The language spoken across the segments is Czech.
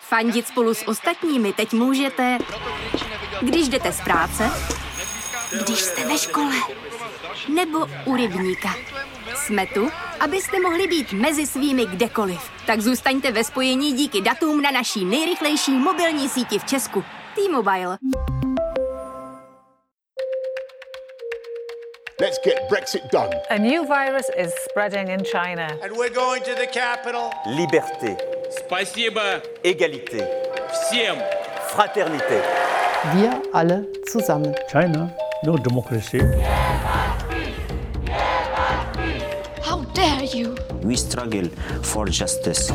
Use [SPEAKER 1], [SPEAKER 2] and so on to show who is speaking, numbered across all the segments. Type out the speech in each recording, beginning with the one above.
[SPEAKER 1] Fandit spolu s ostatními teď můžete, když jdete z práce, když jste ve škole, nebo u rybníka. Jsme tu, abyste mohli být mezi svými kdekoliv. Tak zůstaňte ve spojení díky datům na naší nejrychlejší mobilní síti v Česku. T-Mobile.
[SPEAKER 2] Let's get Brexit done.
[SPEAKER 3] A new virus is spreading in China.
[SPEAKER 4] And we're going to the capital.
[SPEAKER 5] Liberté.
[SPEAKER 4] Спасибо.
[SPEAKER 5] Égalité.
[SPEAKER 4] Всем.
[SPEAKER 5] Fraternité.
[SPEAKER 6] Wir alle zusammen.
[SPEAKER 7] China, no democracy.
[SPEAKER 8] How dare you?
[SPEAKER 9] We struggle for justice.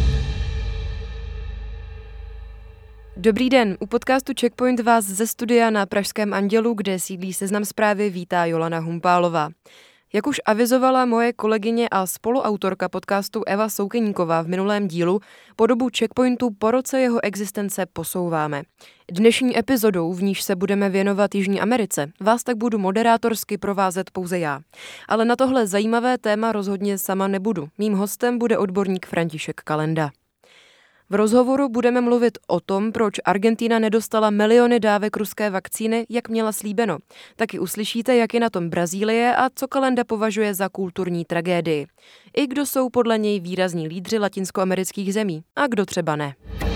[SPEAKER 10] Dobrý den, u podcastu Checkpoint vás ze studia na Pražském Andělu, kde sídlí Seznam Zprávy, vítá Jolana Humpálová. Jak už avizovala moje kolegyně a spoluautorka podcastu Eva Soukeníková v minulém dílu, podobu Checkpointu po roce jeho existence posouváme. Dnešní epizodou, v níž se budeme věnovat Jižní Americe, vás tak budu moderátorsky provázet pouze já. Ale na tohle zajímavé téma rozhodně sama nebudu. Mým hostem bude odborník František Kalenda. V rozhovoru budeme mluvit o tom, proč Argentina nedostala miliony dávek ruské vakcíny, jak měla slíbeno. Taky uslyšíte, jak je na tom Brazílie a co Kalenda považuje za kulturní tragédii. I kdo jsou podle něj výrazní lídři latinskoamerických zemí a kdo třeba ne.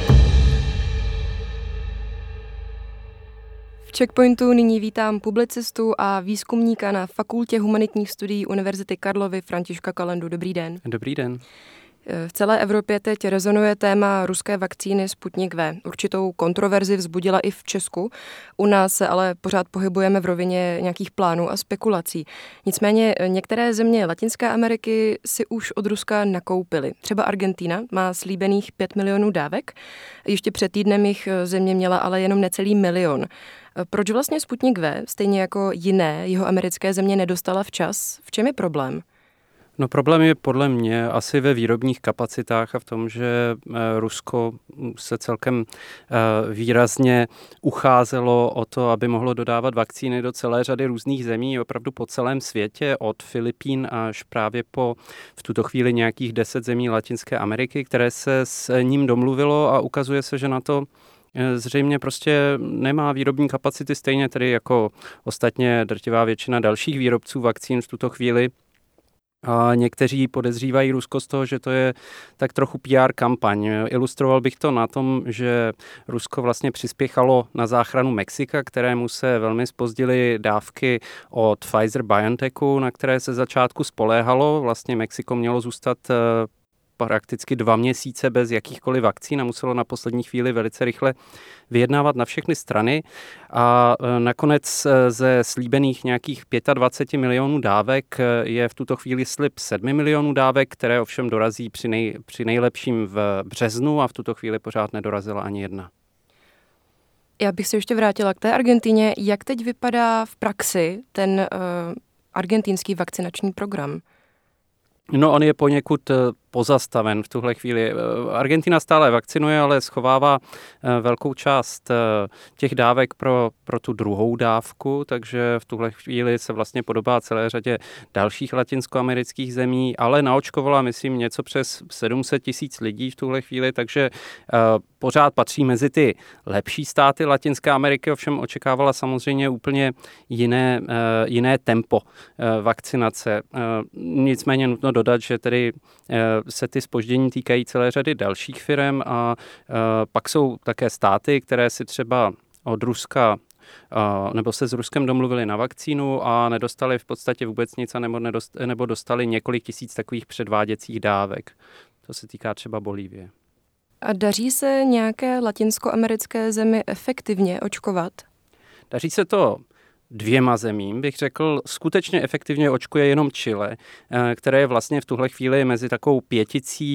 [SPEAKER 10] V Checkpointu nyní vítám publicistu a výzkumníka na Fakultě humanitních studií Univerzity Karlovy Františka Kalendu. Dobrý den.
[SPEAKER 11] Dobrý den.
[SPEAKER 10] V celé Evropě teď rezonuje téma ruské vakcíny Sputnik V. Určitou kontroverzi vzbudila i v Česku. U nás se ale pořád pohybujeme v rovině nějakých plánů a spekulací. Nicméně některé země Latinské Ameriky si už od Ruska nakoupily. Třeba Argentina má slíbených 5 milionů dávek. Ještě před týdnem jich země měla ale jenom necelý milion. Proč vlastně Sputnik V, stejně jako jiné jihoamerické země, nedostala včas? V čem je problém?
[SPEAKER 11] No problém je podle mě asi ve výrobních kapacitách a v tom, že Rusko se celkem výrazně ucházelo o to, aby mohlo dodávat vakcíny do celé řady různých zemí, opravdu po celém světě, od Filipín až právě po v tuto chvíli nějakých 10 zemí Latinské Ameriky, které se s ním domluvilo a ukazuje se, že na to zřejmě prostě nemá výrobní kapacity, stejně tedy jako ostatně drtivá většina dalších výrobců vakcín v tuto chvíli. A někteří podezřívají Rusko z toho, že to je tak trochu PR kampaň. Ilustroval bych to na tom, že Rusko vlastně přispěchalo na záchranu Mexika, kterému se velmi zpozdily dávky od Pfizer-BioNTechu, na které se začátku spoléhalo. Vlastně Mexiko mělo zůstat prakticky 2 měsíce bez jakýchkoliv vakcín a muselo na poslední chvíli velice rychle vyjednávat na všechny strany a nakonec ze slíbených nějakých 25 milionů dávek je v tuto chvíli slib 7 milionů dávek, které ovšem dorazí při nejlepším v březnu a v tuto chvíli pořád nedorazila ani jedna.
[SPEAKER 10] Já bych se ještě vrátila k té Argentině. Jak teď vypadá v praxi ten argentinský vakcinační program?
[SPEAKER 11] No, on je poněkud pozastaven v tuhle chvíli. Argentina stále vakcinuje, ale schovává velkou část těch dávek pro tu druhou dávku, takže v tuhle chvíli se vlastně podobá celé řadě dalších latinskoamerických zemí, ale naočkovala, myslím, něco přes 700 000 lidí v tuhle chvíli, takže pořád patří mezi ty lepší státy Latinské Ameriky, ovšem očekávala samozřejmě úplně jiné tempo vakcinace. Nicméně nutno dodat, že tedy se ty zpoždění týkají celé řady dalších firem a pak jsou také státy, které si třeba od Ruska nebo se s Ruskem domluvili na vakcínu a nedostali v podstatě vůbec nic nebo dostali několik tisíc takových předváděcích dávek. To se týká třeba Bolívie.
[SPEAKER 10] A daří se nějaké latinskoamerické zemi efektivně očkovat?
[SPEAKER 11] Daří se to 2 zemím, bych řekl, skutečně efektivně očkuje jenom Chile, které je vlastně v tuhle chvíli mezi takovou 5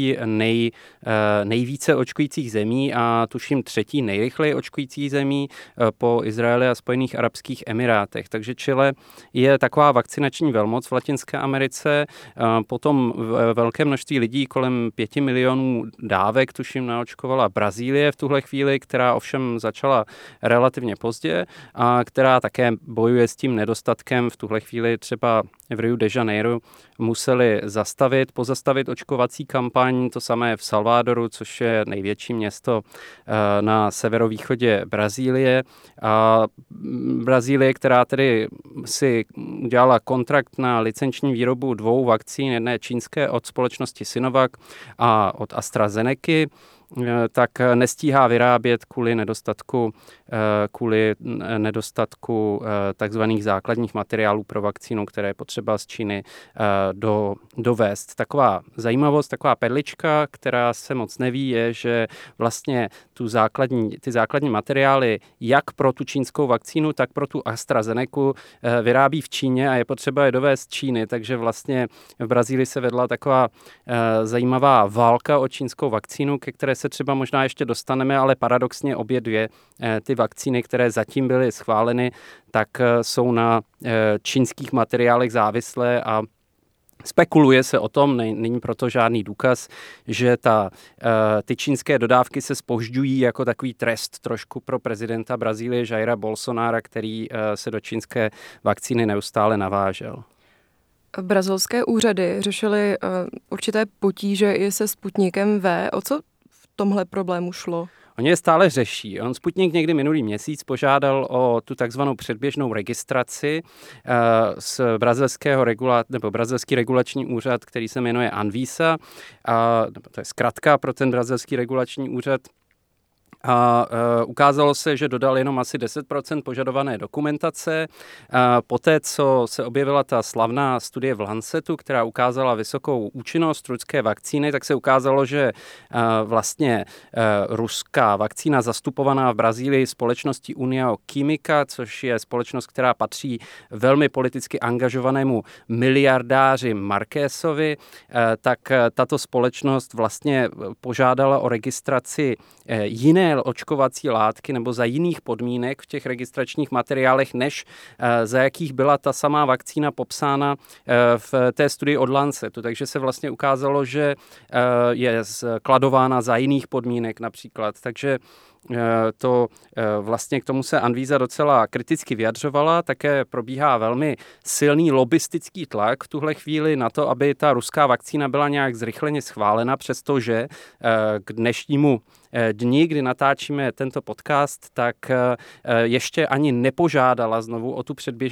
[SPEAKER 11] nejvíce očkujících zemí a tuším 3. nejrychleji očkující zemí po Izraeli a Spojených arabských emirátech. Takže Chile je taková vakcinační velmoc v Latinské Americe, potom velké množství lidí, kolem 5 milionů dávek, tuším, naočkovala Brazílie v tuhle chvíli, která ovšem začala relativně pozdě a která také bojí bojuje s tím nedostatkem. V tuhle chvíli třeba v Rio de Janeiro museli pozastavit očkovací kampaň, to samé v Salvadoru, což je největší město na severovýchodě Brazílie. A Brazílie, která tedy si udělala kontrakt na licenční výrobu 2 vakcín, jedné čínské od společnosti Sinovac a od AstraZenecy, tak nestíhá vyrábět kvůli nedostatku takzvaných základních materiálů pro vakcínu, které je potřeba z Číny dovést. Taková zajímavost, taková perlička, která se moc neví, je, že vlastně ty základní materiály jak pro tu čínskou vakcínu, tak pro tu AstraZenecu vyrábí v Číně a je potřeba je dovést z Číny, takže vlastně v Brazílii se vedla taková zajímavá válka o čínskou vakcínu, ke které se třeba možná ještě dostaneme, ale paradoxně obě dvě ty vakcíny, které zatím byly schváleny, tak jsou na čínských materiálech závislé a spekuluje se o tom, není proto žádný důkaz, že ty čínské dodávky se zpožďují jako takový trest trošku pro prezidenta Brazílie Jaira Bolsonara, který se do čínské vakcíny neustále navážel.
[SPEAKER 10] Brazilské úřady řešily určité potíže i se Sputnikem V. O co v tomhle problému šlo?
[SPEAKER 11] Oni je stále řeší. Sputnik někdy minulý měsíc požádal o tu takzvanou předběžnou registraci z brazilský regulační úřad, který se jmenuje Anvisa. To je zkratka pro ten brazilský regulační úřad. A ukázalo se, že dodal jenom asi 10% požadované dokumentace. Poté, co se objevila ta slavná studie v Lancetu, která ukázala vysokou účinnost ruské vakcíny, tak se ukázalo, že vlastně ruská vakcína zastupovaná v Brazílii společností União Química, což je společnost, která patří velmi politicky angažovanému miliardáři Marquesovi, tak tato společnost vlastně požádala o registraci jiné očkovací látky nebo za jiných podmínek v těch registračních materiálech, než za jakých byla ta samá vakcína popsána v té studii od Lancetu. Takže se vlastně ukázalo, že je skladována za jiných podmínek například. Takže to vlastně k tomu se Anvisa docela kriticky vyjadřovala. Také probíhá velmi silný lobistický tlak v tuhle chvíli na to, aby ta ruská vakcína byla nějak zrychleně schválena, přestože k dnešnímu dni, kdy natáčíme tento podcast, tak ještě ani nepožádala znovu o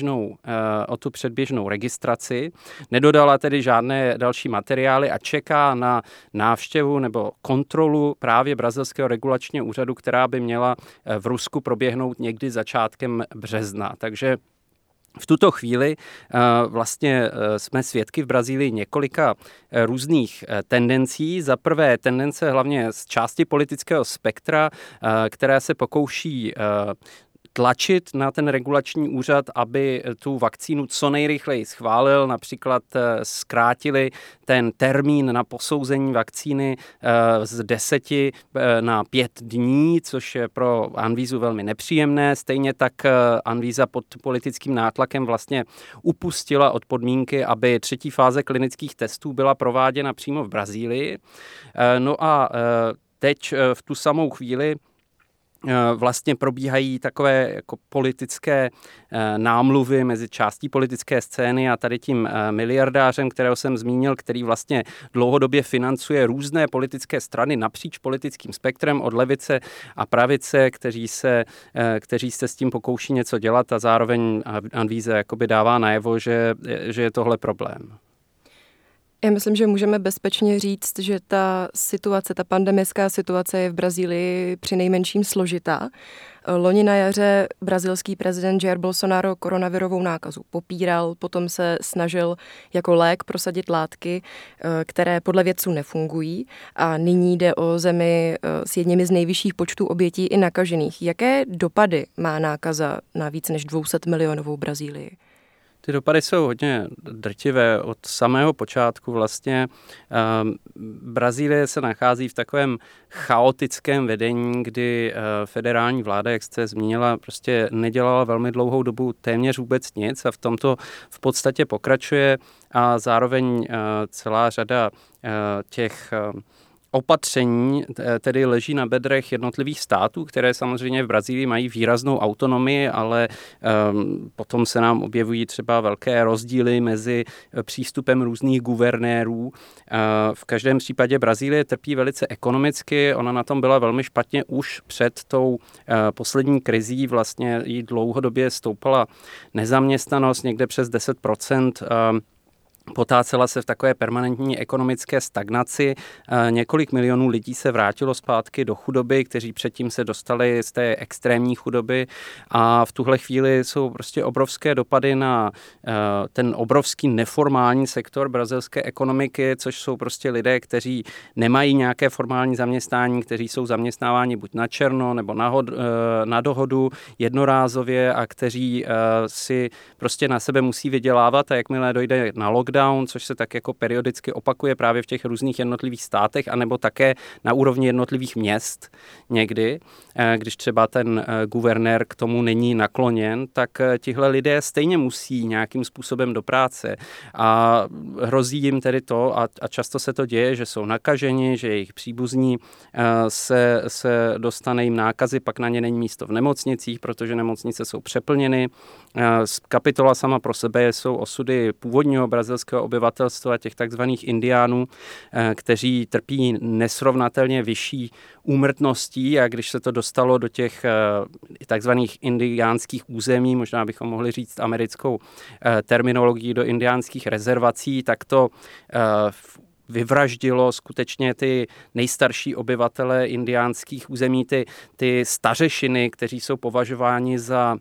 [SPEAKER 11] tu předběžnou registraci. Nedodala tedy žádné další materiály a čeká na návštěvu nebo kontrolu právě brazilského regulačního úřadu, která by měla v Rusku proběhnout někdy začátkem března. Takže v tuto chvíli vlastně jsme svědky v Brazílii několika různých tendencí. Za prvé tendence hlavně z části politického spektra, která se pokouší tlačit na ten regulační úřad, aby tu vakcínu co nejrychleji schválil. Například zkrátili ten termín na posouzení vakcíny z 10 na 5 dní, což je pro Anvízu velmi nepříjemné. Stejně tak Anvíza pod politickým nátlakem vlastně upustila od podmínky, aby 3. fáze klinických testů byla prováděna přímo v Brazílii. No a teď v tu samou chvíli vlastně probíhají takové jako politické námluvy mezi částí politické scény a tady tím miliardářem, kterého jsem zmínil, který vlastně dlouhodobě financuje různé politické strany napříč politickým spektrem od levice a pravice, kteří se s tím pokouší něco dělat a zároveň Anvíza jakoby dává najevo, že je tohle problém.
[SPEAKER 10] Já myslím, že můžeme bezpečně říct, že ta pandemická situace je v Brazílii přinejmenším složitá. Loni na jaře brazilský prezident Jair Bolsonaro koronavirovou nákazu popíral, potom se snažil jako lék prosadit látky, které podle vědců nefungují a nyní jde o zemi s jedněmi z nejvyšších počtů obětí i nakažených. Jaké dopady má nákaza na víc než 200 milionovou Brazílii?
[SPEAKER 11] Ty dopady jsou hodně drtivé od samého počátku vlastně. Brazílie se nachází v takovém chaotickém vedení, kdy federální vláda, jak jste zmínila, prostě nedělala velmi dlouhou dobu téměř vůbec nic a v tomto v podstatě pokračuje a zároveň celá řada těch opatření tedy leží na bedrech jednotlivých států, které samozřejmě v Brazílii mají výraznou autonomii, ale potom se nám objevují třeba velké rozdíly mezi přístupem různých guvernérů. V každém případě Brazílie trpí velice ekonomicky, ona na tom byla velmi špatně už před tou poslední krizí, vlastně jí dlouhodobě stoupala nezaměstnanost někde přes 10%, potácela se v takové permanentní ekonomické stagnaci. Několik milionů lidí se vrátilo zpátky do chudoby, kteří předtím se dostali z té extrémní chudoby a v tuhle chvíli jsou prostě obrovské dopady na ten obrovský neformální sektor brazilské ekonomiky, což jsou prostě lidé, kteří nemají nějaké formální zaměstnání, kteří jsou zaměstnáváni buď na černo nebo na dohodu jednorázově a kteří si prostě na sebe musí vydělávat a jakmile dojde na lockdown, což se tak jako periodicky opakuje právě v těch různých jednotlivých státech, anebo také na úrovni jednotlivých měst někdy, když třeba ten guvernér k tomu není nakloněn, tak tihle lidé stejně musí nějakým způsobem do práce a hrozí jim tedy to, a často se to děje, že jsou nakaženi, že jejich příbuzní se dostane jim nákazy, pak na ně není místo v nemocnicích, protože nemocnice jsou přeplněny. Kapitola sama pro sebe jsou osudy původního brazilského obyvatelstva, těch takzvaných indiánů, kteří trpí nesrovnatelně vyšší úmrtností a když se to dostalo do těch takzvaných indiánských území, možná bychom mohli říct americkou terminologií do indiánských rezervací, tak to vyvraždilo skutečně ty nejstarší obyvatele indiánských území, ty stařešiny, kteří jsou považováni za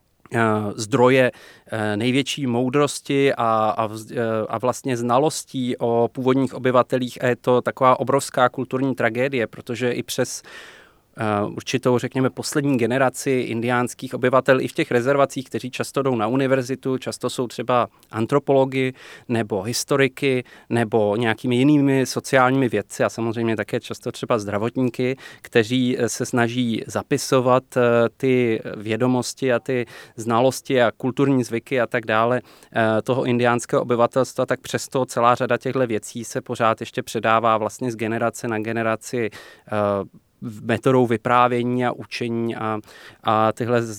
[SPEAKER 11] zdroje největší moudrosti a vlastně znalostí o původních obyvatelích a je to taková obrovská kulturní tragédie, protože i přes určitou, řekněme, poslední generaci indiánských obyvatel i v těch rezervacích, kteří často jdou na univerzitu, často jsou třeba antropologi nebo historiky nebo nějakými jinými sociálními vědci a samozřejmě také často třeba zdravotníky, kteří se snaží zapisovat ty vědomosti a ty znalosti a kulturní zvyky a tak dále toho indiánského obyvatelstva, tak přesto celá řada těchto věcí se pořád ještě předává vlastně z generace na generaci metodou vyprávění a učení a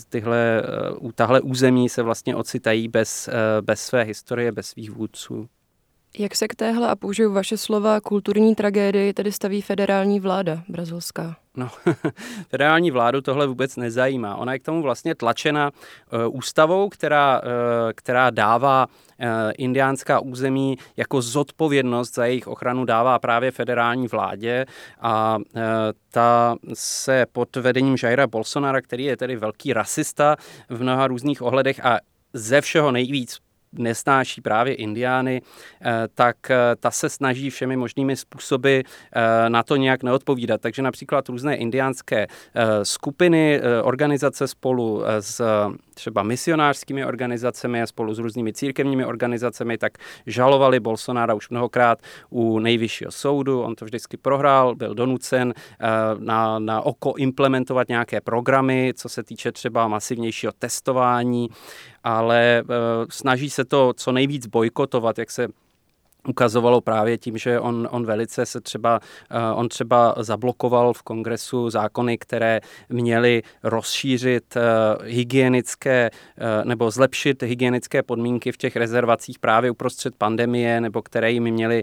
[SPEAKER 11] tahle území se vlastně ocitají bez své historie, bez svých vůdců.
[SPEAKER 10] Jak se k téhle, a použiju vaše slova, kulturní tragédii tedy staví federální vláda brazilská?
[SPEAKER 11] No, federální vládu tohle vůbec nezajímá. Ona je k tomu vlastně tlačena ústavou, která dává indiánská území jako zodpovědnost za jejich ochranu dává právě federální vládě a ta se pod vedením Jaira Bolsonara, který je tedy velký rasista v mnoha různých ohledech a ze všeho nejvíc nesnáší právě indiány, tak ta se snaží všemi možnými způsoby na to nějak neodpovídat. Takže například různé indiánské skupiny, organizace spolu s třeba misionářskými organizacemi a spolu s různými církevními organizacemi, tak žalovali Bolsonara už mnohokrát u nejvyššího soudu. On to vždycky prohrál, byl donucen na oko implementovat nějaké programy, co se týče třeba masivnějšího testování, ale snaží se to co nejvíc bojkotovat, jak se ukazovalo právě tím, že on velice se třeba zablokoval v kongresu zákony, které měly rozšířit hygienické nebo zlepšit hygienické podmínky v těch rezervacích právě uprostřed pandemie, nebo které jim měly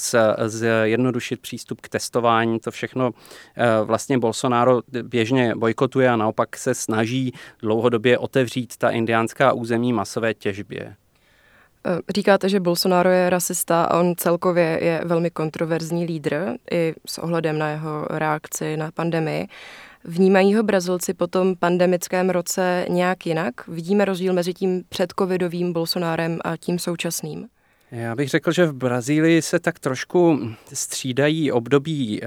[SPEAKER 11] zjednodušit přístup k testování. To všechno vlastně Bolsonaro běžně bojkotuje a naopak se snaží dlouhodobě otevřít ta indiánská území masové těžbě.
[SPEAKER 10] Říkáte, že Bolsonaro je rasista a on celkově je velmi kontroverzní lídr i s ohledem na jeho reakci na pandemii. Vnímají ho Brazilci po tom pandemickém roce nějak jinak? Vidíme rozdíl mezi tím předcovidovým Bolsonárem a tím současným?
[SPEAKER 11] Já bych řekl, že v Brazílii se tak trošku střídají období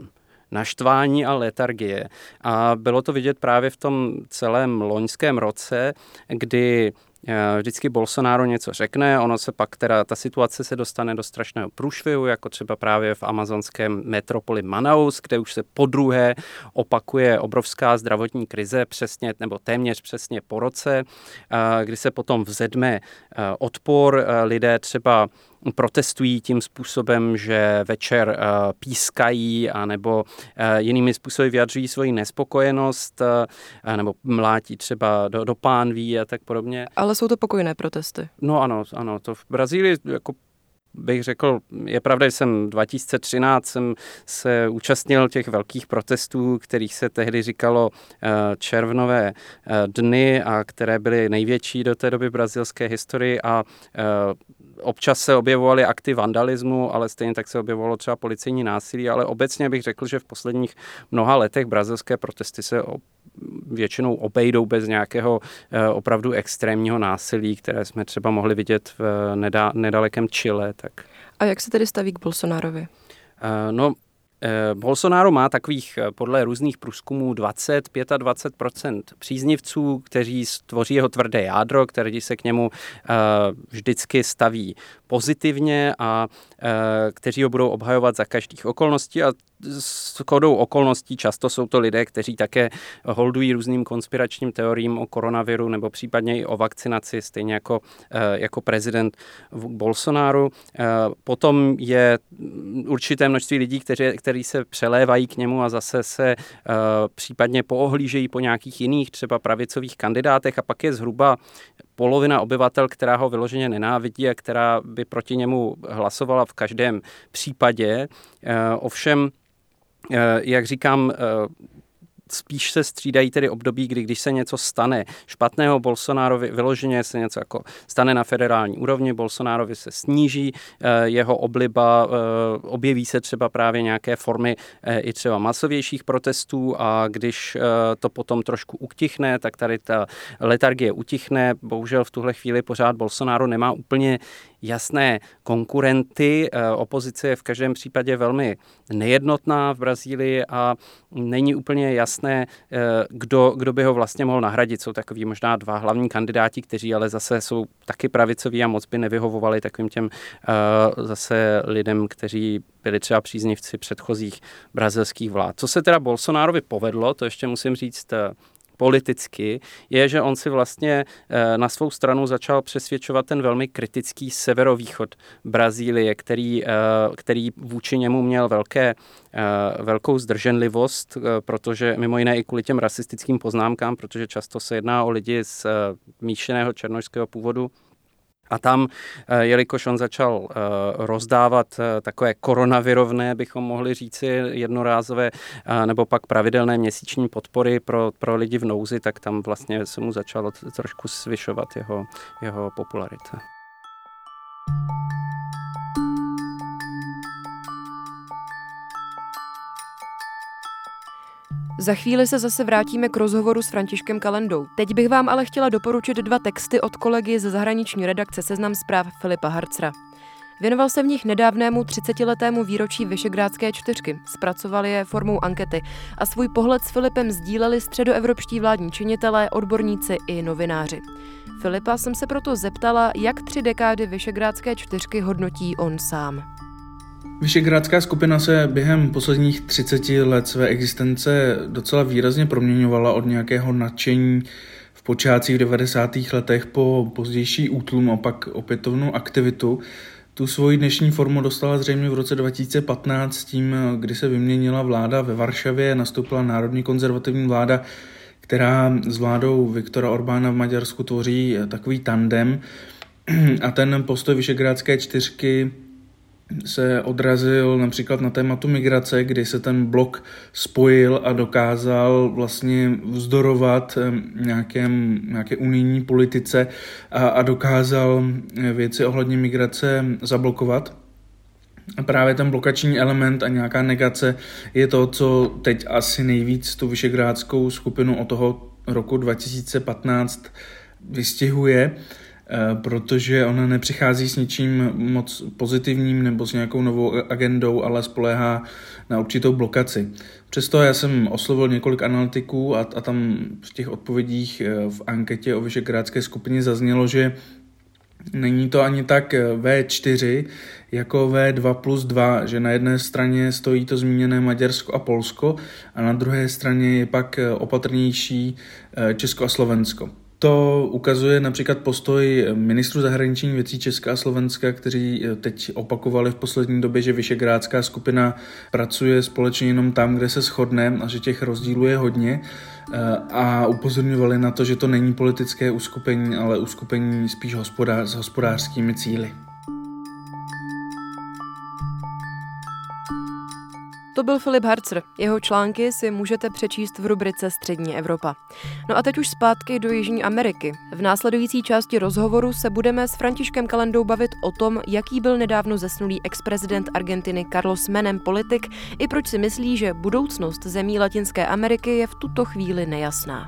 [SPEAKER 11] naštvání a letargie. A bylo to vidět právě v tom celém loňském roce, kdy vždycky Bolsonaro něco řekne, ono se pak ta situace se dostane do strašného průšvihu, jako třeba právě v amazonském metropoli Manaus, kde už se podruhé opakuje obrovská zdravotní krize přesně nebo téměř přesně po roce, kdy se potom vzedme odpor, lidé třeba protestují tím způsobem, že večer pískají anebo jinými způsoby vyjadřují svoji nespokojenost nebo mlátí třeba do pánví a tak podobně.
[SPEAKER 10] Ale jsou to pokojné protesty.
[SPEAKER 11] No ano, to v Brazílii jako bych řekl, je pravda, že jsem 2013 jsem se účastnil těch velkých protestů, kterých se tehdy říkalo červnové dny a které byly největší do té doby v brazilské historii a občas se objevovaly akty vandalismu, ale stejně tak se objevovalo třeba policejní násilí, ale obecně bych řekl, že v posledních mnoha letech brazilské protesty se většinou obejdou bez nějakého opravdu extrémního násilí, které jsme třeba mohli vidět v nedalekém Chile. Tak.
[SPEAKER 10] A jak se tedy staví k Bolsonarovi?
[SPEAKER 11] Bolsonaro má takových podle různých průzkumů 20-25% příznivců, kteří tvoří jeho tvrdé jádro, kteří se k němu vždycky staví pozitivně a kteří ho budou obhajovat za každých okolností a s kodou okolností často jsou to lidé, kteří také holdují různým konspiračním teoriím o koronaviru nebo případně i o vakcinaci, stejně jako prezident Bolsonaro. Potom je určité množství lidí, kteří se přelévají k němu a zase se případně poohlížejí po nějakých jiných třeba pravicových kandidátech a pak je zhruba polovina obyvatel, která ho vyloženě nenávidí a která by proti němu hlasovala v každém případě. Ovšem, jak říkám, spíš se střídají tedy období, když se něco stane špatného Bolsonarovi, vyloženě se něco jako stane na federální úrovni, Bolsonarovi se sníží jeho obliba, objeví se třeba právě nějaké formy i třeba masovějších protestů a když to potom trošku utichne, tak tady ta letargie utichne. Bohužel v tuhle chvíli pořád Bolsonaro nemá úplně jasné konkurenty. Opozice je v každém případě velmi nejednotná v Brazílii a není úplně jasné, kdo by ho vlastně mohl nahradit. Jsou takový možná dva hlavní kandidáti, kteří ale zase jsou taky pravicoví a moc by nevyhovovali takovým těm zase lidem, kteří byli třeba příznivci předchozích brazilských vlád. Co se teda Bolsonarovi povedlo, to ještě musím říct politicky, je, že on si vlastně na svou stranu začal přesvědčovat ten velmi kritický severovýchod Brazílie, který vůči němu měl velkou zdrženlivost, protože mimo jiné i kvůli těm rasistickým poznámkám, protože často se jedná o lidi z míšeného černošského původu. A tam, jelikož on začal rozdávat takové koronavirovné, bychom mohli říci, jednorázové nebo pak pravidelné měsíční podpory pro lidi v nouzi, tak tam vlastně se mu začalo trošku zvyšovat jeho popularita.
[SPEAKER 10] Za chvíli se zase vrátíme k rozhovoru s Františkem Kalendou. Teď bych vám ale chtěla doporučit 2 texty od kolegy ze zahraniční redakce Seznam Zpráv Filipa Harcra. Věnoval se v nich nedávnému 30letému výročí Visegrádské čtyřky. Zpracovali je formou ankety a svůj pohled s Filipem sdíleli středoevropští vládní činitelé, odborníci i novináři. Filipa jsem se proto zeptala, jak 3 dekády Visegrádské čtyřky hodnotí on sám.
[SPEAKER 2] Visegrádská skupina se během posledních 30 let své existence docela výrazně proměňovala od nějakého nadšení v počátcích 90. letech po pozdější útlum a pak opětovnou aktivitu. Tu svoji dnešní formu dostala zřejmě v roce 2015 tím, kdy se vyměnila vláda ve Varšavě, nastoupila národní konzervativní vláda, která s vládou Viktora Orbána v Maďarsku tvoří takový tandem a ten postoj Visegrádské čtyřky se odrazil například na tématu migrace, kdy se ten blok spojil a dokázal vlastně vzdorovat nějaké unijní politice a dokázal věci ohledně migrace zablokovat. A právě ten blokační element a nějaká negace je to, co teď asi nejvíc tu visegrádskou skupinu od toho roku 2015 vystihuje, protože ona nepřichází s ničím moc pozitivním nebo s nějakou novou agendou, ale spoléhá na určitou blokaci. Přesto já jsem oslovil několik analytiků a tam v těch odpovědích v anketě o visegrádské skupině zaznělo, že není to ani tak V4 jako V2+2, že na jedné straně stojí to zmíněné Maďarsko a Polsko a na druhé straně je pak opatrnější Česko a Slovensko. To ukazuje například postoj ministrů zahraničních věcí Česka a Slovenska, kteří teď opakovali v poslední době, že Visegrádská skupina pracuje společně jenom tam, kde se shodne a že těch rozdílů je hodně. A upozorňovali na to, že to není politické uskupení, ale uskupení spíš s hospodářskými cíli.
[SPEAKER 10] To byl Filip Harzer. Jeho články si můžete přečíst v rubrice Střední Evropa. No a teď už zpátky do Jižní Ameriky. V následující části rozhovoru se budeme s Františkem Kalendou bavit o tom, jaký byl nedávno zesnulý ex-prezident Argentiny Carlos Menem politik i proč si myslí, že budoucnost zemí Latinské Ameriky je v tuto chvíli nejasná.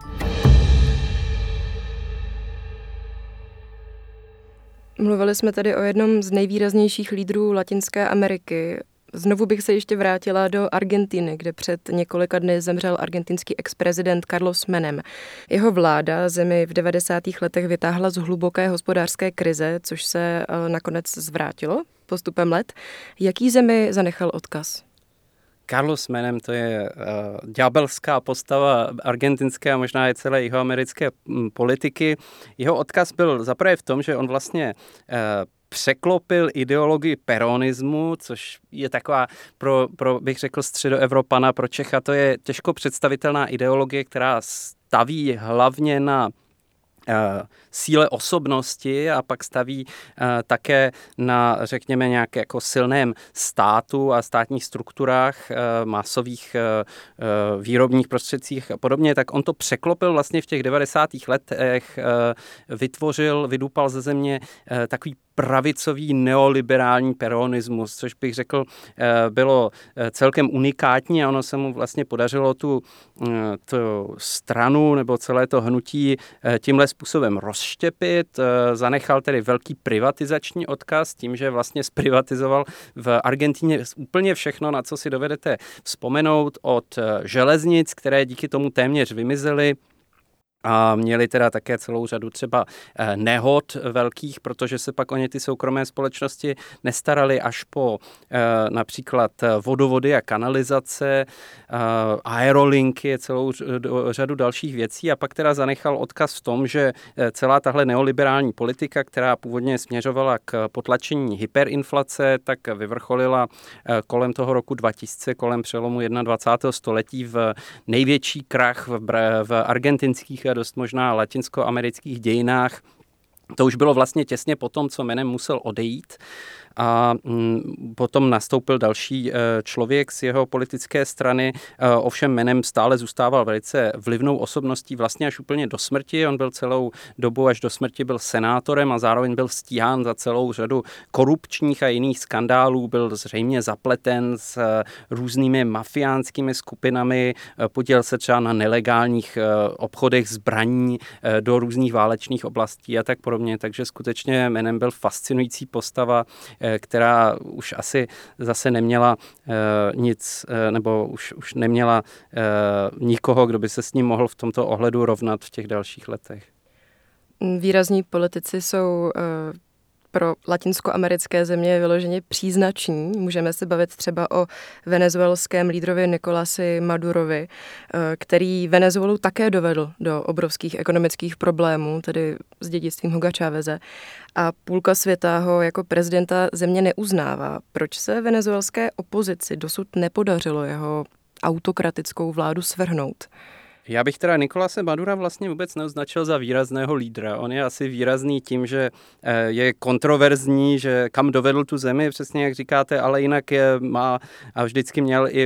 [SPEAKER 10] Mluvili jsme tedy o jednom z nejvýraznějších lídrů Latinské Ameriky. Znovu bych se ještě vrátila do Argentiny, kde před několika dny zemřel argentinský ex-prezident Carlos Menem. Jeho vláda zemi v 90. letech vytáhla z hluboké hospodářské krize, což se nakonec zvrátilo postupem let. Jaký zemi zanechal odkaz?
[SPEAKER 11] Carlos Menem, to je ďábelská postava argentinské a možná i celé jihoamerické politiky. Jeho odkaz byl zaprvé v tom, že on vlastně překlopil ideologii peronismu, což je taková pro bych řekl středoevropana, pro Čecha, to je těžko představitelná ideologie, která staví hlavně na síle osobnosti a pak staví také na, řekněme, nějaké jako silném státu a státních strukturách, masových výrobních prostředcích a podobně, tak on to překlopil vlastně v těch 90. letech, vydupal ze země takový pravicový neoliberální peronismus, což bych řekl bylo celkem unikátní a ono se mu vlastně podařilo tu stranu nebo celé to hnutí tímhle způsobem rozštěpit. Zanechal tedy velký privatizační odkaz tím, že vlastně zprivatizoval v Argentíně úplně všechno, na co si dovedete vzpomenout, od železnic, které díky tomu téměř vymizely, a měli teda také celou řadu třeba nehod velkých, protože se pak o ně ty soukromé společnosti nestarali, až po například vodovody a kanalizace, aerolinky, celou řadu dalších věcí a pak teda zanechal odkaz v tom, že celá tahle neoliberální politika, která původně směřovala k potlačení hyperinflace, tak vyvrcholila kolem toho roku 2000, kolem přelomu 21. století v největší krach v argentinských a dost možná latinskoamerických dějinách. To už bylo vlastně těsně po tom, co Menem musel odejít. A potom nastoupil další člověk z jeho politické strany. Ovšem Menem stále zůstával velice vlivnou osobností vlastně až úplně do smrti. On byl celou dobu až do smrti byl senátorem a zároveň byl stíhán za celou řadu korupčních a jiných skandálů. Byl zřejmě zapleten s různými mafiánskými skupinami, podílel se třeba na nelegálních obchodech zbraní do různých válečných oblastí a tak podobně. Takže skutečně Menem byl fascinující postava, která už asi zase neměla nic, nebo už neměla nikoho, kdo by se s ním mohl v tomto ohledu rovnat v těch dalších letech.
[SPEAKER 10] Výrazní politici jsou pro latinskoamerické země vyloženě příznační. Můžeme se bavit třeba o venezuelském lídrovi Nicolasi Madurovi, který Venezuelu také dovedl do obrovských ekonomických problémů, tedy s dědictvím Huga Cháveze. A půlka světa ho jako prezidenta země neuznává. Proč se venezuelské opozici dosud nepodařilo jeho autokratickou vládu svrhnout?
[SPEAKER 11] Já bych teda Nicolase Madura vlastně vůbec neoznačil za výrazného lídra. On je asi výrazný tím, že je kontroverzní, že kam dovedl tu zemi, přesně jak říkáte, ale jinak má a vždycky měl i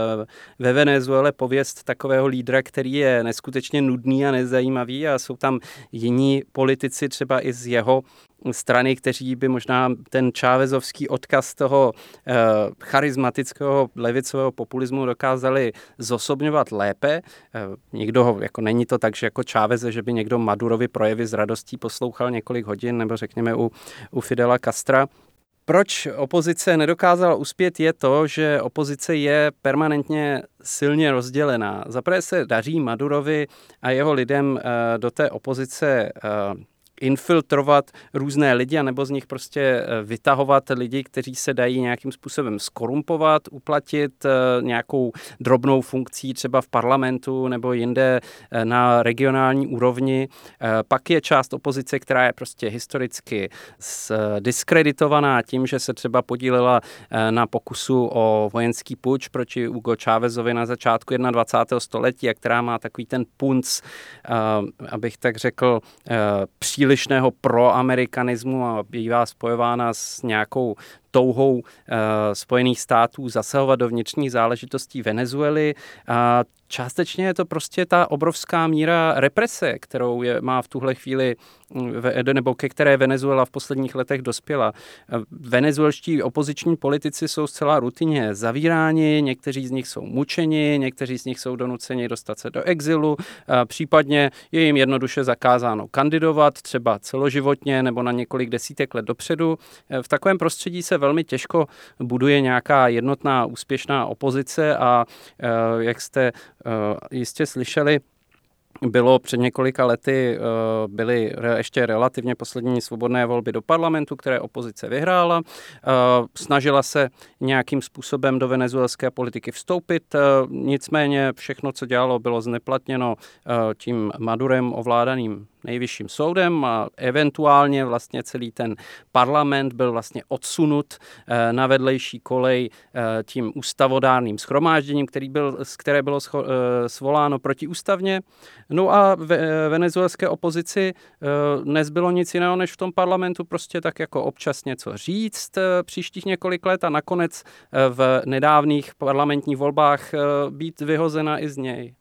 [SPEAKER 11] ve Venezuele pověst takového lídra, který je neskutečně nudný a nezajímavý a jsou tam jiní politici třeba i z jeho strany, kteří by možná ten chávezovský odkaz toho charismatického levicového populismu dokázali zosobňovat lépe. Nikdo ho, jako není to tak, že jako Cháveze, že by někdo Madurovi projevy s radostí poslouchal několik hodin, nebo řekněme u Fidela Castra. Proč opozice nedokázala uspět, je to, že opozice je permanentně silně rozdělená. Zaprvé se daří Madurovi a jeho lidem do té opozice infiltrovat různé lidi, anebo z nich prostě vytahovat lidi, kteří se dají nějakým způsobem skorumpovat, uplatit nějakou drobnou funkcí třeba v parlamentu nebo jinde na regionální úrovni. Pak je část opozice, která je prostě historicky diskreditovaná tím, že se třeba podílela na pokusu o vojenský puč proti Hugo Chávezovi na začátku 21. století, a která má takový ten punc, abych tak řekl, přílišného proamerikanismu a bývá spojována s nějakou touhou Spojených států zasahovat do vnitřních záležitostí Venezuely. A částečně je to prostě ta obrovská míra represe, kterou má v tuhle chvíli, nebo ke které Venezuela v posledních letech dospěla. Venezuelští opoziční politici jsou zcela rutině zavíráni, někteří z nich jsou mučeni, někteří z nich jsou donuceni dostat se do exilu, případně je jim jednoduše zakázáno kandidovat, třeba celoživotně nebo na několik desítek let dopředu. V takovém prostředí se velmi těžko buduje nějaká jednotná úspěšná opozice a jak jste jistě slyšeli, bylo před několika lety, byly ještě relativně poslední svobodné volby do parlamentu, které opozice vyhrála. Snažila se nějakým způsobem do venezuelské politiky vstoupit, nicméně všechno, co dělalo, bylo zneplatněno tím Madurem ovládaným nejvyšším soudem a eventuálně vlastně celý ten parlament byl vlastně odsunut na vedlejší kolej tím ústavodárným shromážděním, které bylo svoláno protiústavně. No a venezuelské opozici nezbylo nic jiného, než v tom parlamentu prostě tak jako občas něco říct příštích několik let a nakonec v nedávných parlamentních volbách být vyhozena i z něj.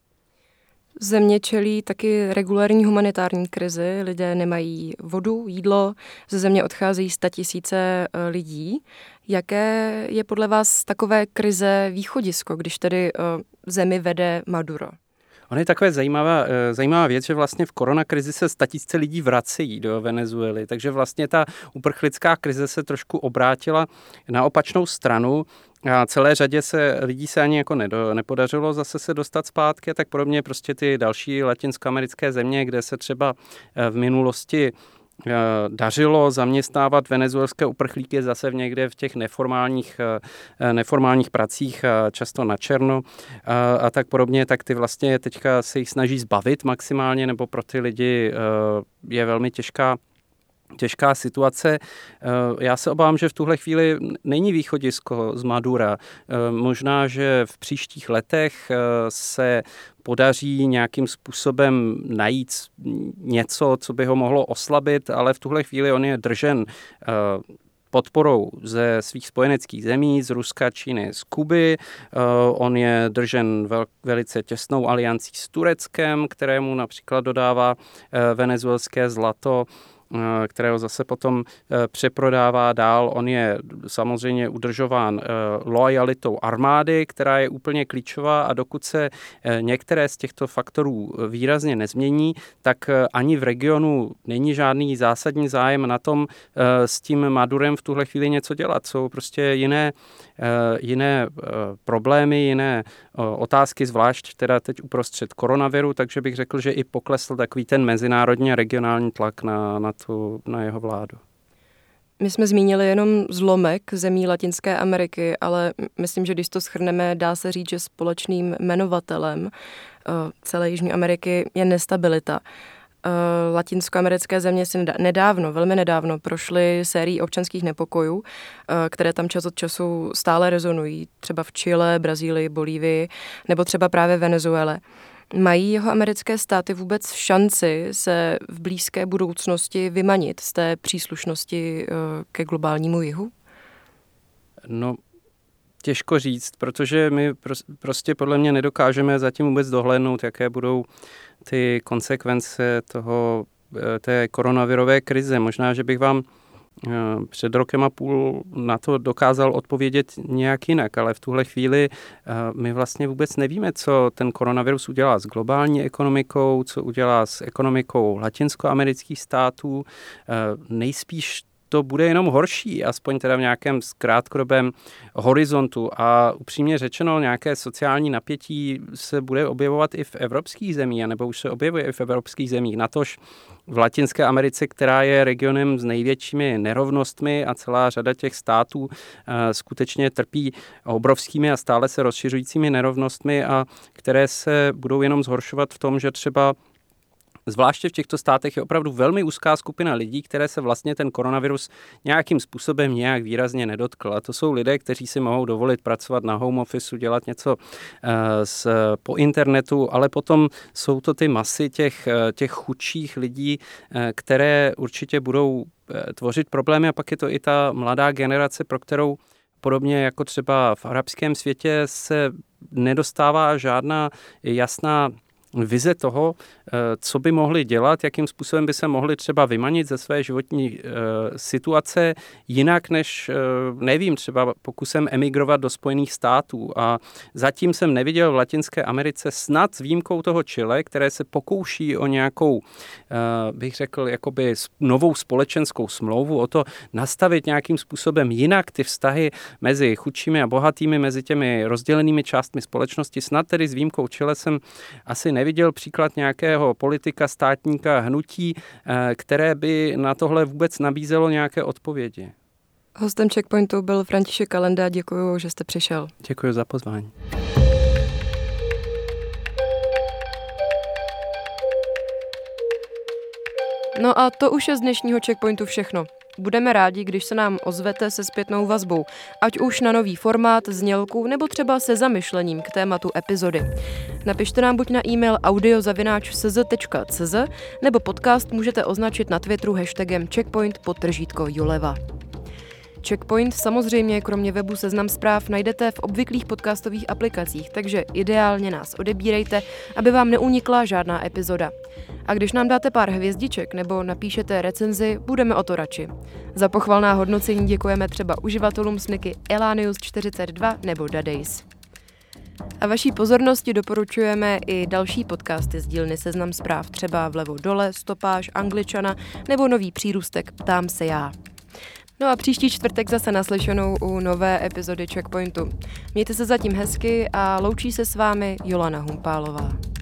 [SPEAKER 10] Země čelí taky regulární humanitární krizi, lidé nemají vodu, jídlo, ze země odcházejí 100 000 lidí. Jaké je podle vás takové krize východisko, když tedy zemi vede Maduro?
[SPEAKER 11] Ono je takové zajímavá věc, že vlastně v koronakrizi se 100 000 lidí vracejí do Venezuely, takže vlastně ta uprchlická krize se trošku obrátila na opačnou stranu. A celé řadě lidí se ani jako nepodařilo zase se dostat zpátky, a tak podobně prostě ty další latinskoamerické země, kde se třeba v minulosti dařilo zaměstnávat venezuelské uprchlíky zase někde v těch neformálních pracích, často na černo a tak podobně, tak ty vlastně teďka se jich snaží zbavit maximálně, nebo pro ty lidi je velmi těžká situace. Já se obávám, že v tuhle chvíli není východisko z Madura. Možná, že v příštích letech se podaří nějakým způsobem najít něco, co by ho mohlo oslabit, ale v tuhle chvíli on je držen podporou ze svých spojeneckých zemí, z Ruska, Číny, z Kuby. On je držen velice těsnou aliancí s Tureckem, kterému například dodává venezuelské zlato, kterého zase potom přeprodává dál. On je samozřejmě udržován loajalitou armády, která je úplně klíčová, a dokud se některé z těchto faktorů výrazně nezmění, tak ani v regionu není žádný zásadní zájem na tom s tím Madurem v tuhle chvíli něco dělat. Jsou prostě jiné problémy, jiné otázky, zvlášť teda teď uprostřed koronaviru, takže bych řekl, že i poklesl takový ten mezinárodní a regionální tlak na jeho vládu.
[SPEAKER 10] My jsme zmínili jenom zlomek zemí Latinské Ameriky, ale myslím, že když to shrneme, dá se říct, že společným jmenovatelem celé Jižní Ameriky je nestabilita. Latinskoamerické země si velmi nedávno prošly sérii občanských nepokojů, které tam čas od času stále rezonují, třeba v Chile, Brazílii, Bolívii nebo třeba právě Venezuele. Mají jeho americké státy vůbec šanci se v blízké budoucnosti vymanit z té příslušnosti ke globálnímu jihu?
[SPEAKER 11] No, těžko říct, protože my prostě podle mě nedokážeme zatím vůbec dohlédnout, jaké budou ty konsekvence té koronavirové krize. Možná, že bych vám před 1,5 roku na to dokázal odpovědět nějak jinak, ale v tuhle chvíli my vlastně vůbec nevíme, co ten koronavirus udělá s globální ekonomikou, co udělá s ekonomikou latinskoamerických států. Nejspíš to bude jenom horší, aspoň teda v nějakém krátkodobém horizontu. A upřímně řečeno, nějaké sociální napětí se bude objevovat i v evropských zemích, nebo už se objevuje i v evropských zemích. Natož v Latinské Americe, která je regionem s největšími nerovnostmi a celá řada těch států skutečně trpí obrovskými a stále se rozšiřujícími nerovnostmi, a které se budou jenom zhoršovat v tom, že třeba zvláště v těchto státech je opravdu velmi úzká skupina lidí, které se vlastně ten koronavirus nějakým způsobem nějak výrazně nedotkl. A to jsou lidé, kteří si mohou dovolit pracovat na home officeu, dělat něco po internetu, ale potom jsou to ty masy těch chudších lidí, které určitě budou tvořit problémy, a pak je to i ta mladá generace, pro kterou podobně jako třeba v arabském světě se nedostává žádná jasná vize toho, co by mohli dělat, jakým způsobem by se mohli třeba vymanit ze své životní situace jinak než, nevím, třeba pokusem emigrovat do Spojených států. A zatím jsem neviděl v Latinské Americe, snad s výjimkou toho Chile, které se pokouší o nějakou, bych řekl, jakoby novou společenskou smlouvu, o to nastavit nějakým způsobem jinak ty vztahy mezi chudšími a bohatými, mezi těmi rozdělenými částmi společnosti. Snad tedy s výjimkou Chile jsem asi neviděl příklad nějakého politika, státníka, hnutí, které by na tohle vůbec nabízelo nějaké odpovědi.
[SPEAKER 10] Hostem Checkpointu byl František Kalenda. Děkuji, že jste přišel.
[SPEAKER 11] Děkuji za pozvání.
[SPEAKER 10] No a to už je z dnešního Checkpointu všechno. Budeme rádi, když se nám ozvete se zpětnou vazbou, ať už na nový formát, znělku nebo třeba se zamyšlením k tématu epizody. Napište nám buď na e-mail audio@cz.cz nebo podcast můžete označit na Twitteru hashtagem checkpoint_Juleva. Checkpoint samozřejmě kromě webu Seznam Zpráv najdete v obvyklých podcastových aplikacích, takže ideálně nás odebírejte, aby vám neunikla žádná epizoda. A když nám dáte pár hvězdiček nebo napíšete recenzi, budeme o to radši. Za pochvalná hodnocení děkujeme třeba uživatelům smyky Elanius42 nebo Dadays. A vaší pozornosti doporučujeme i další podcasty z dílny Seznam Zpráv, třeba Vlevo dole, Stopáž, Angličana nebo nový přírůstek Ptám se já. No a příští čtvrtek zase naslyšenou u nové epizody Checkpointu. Mějte se zatím hezky a loučí se s vámi Jolana Humpálová.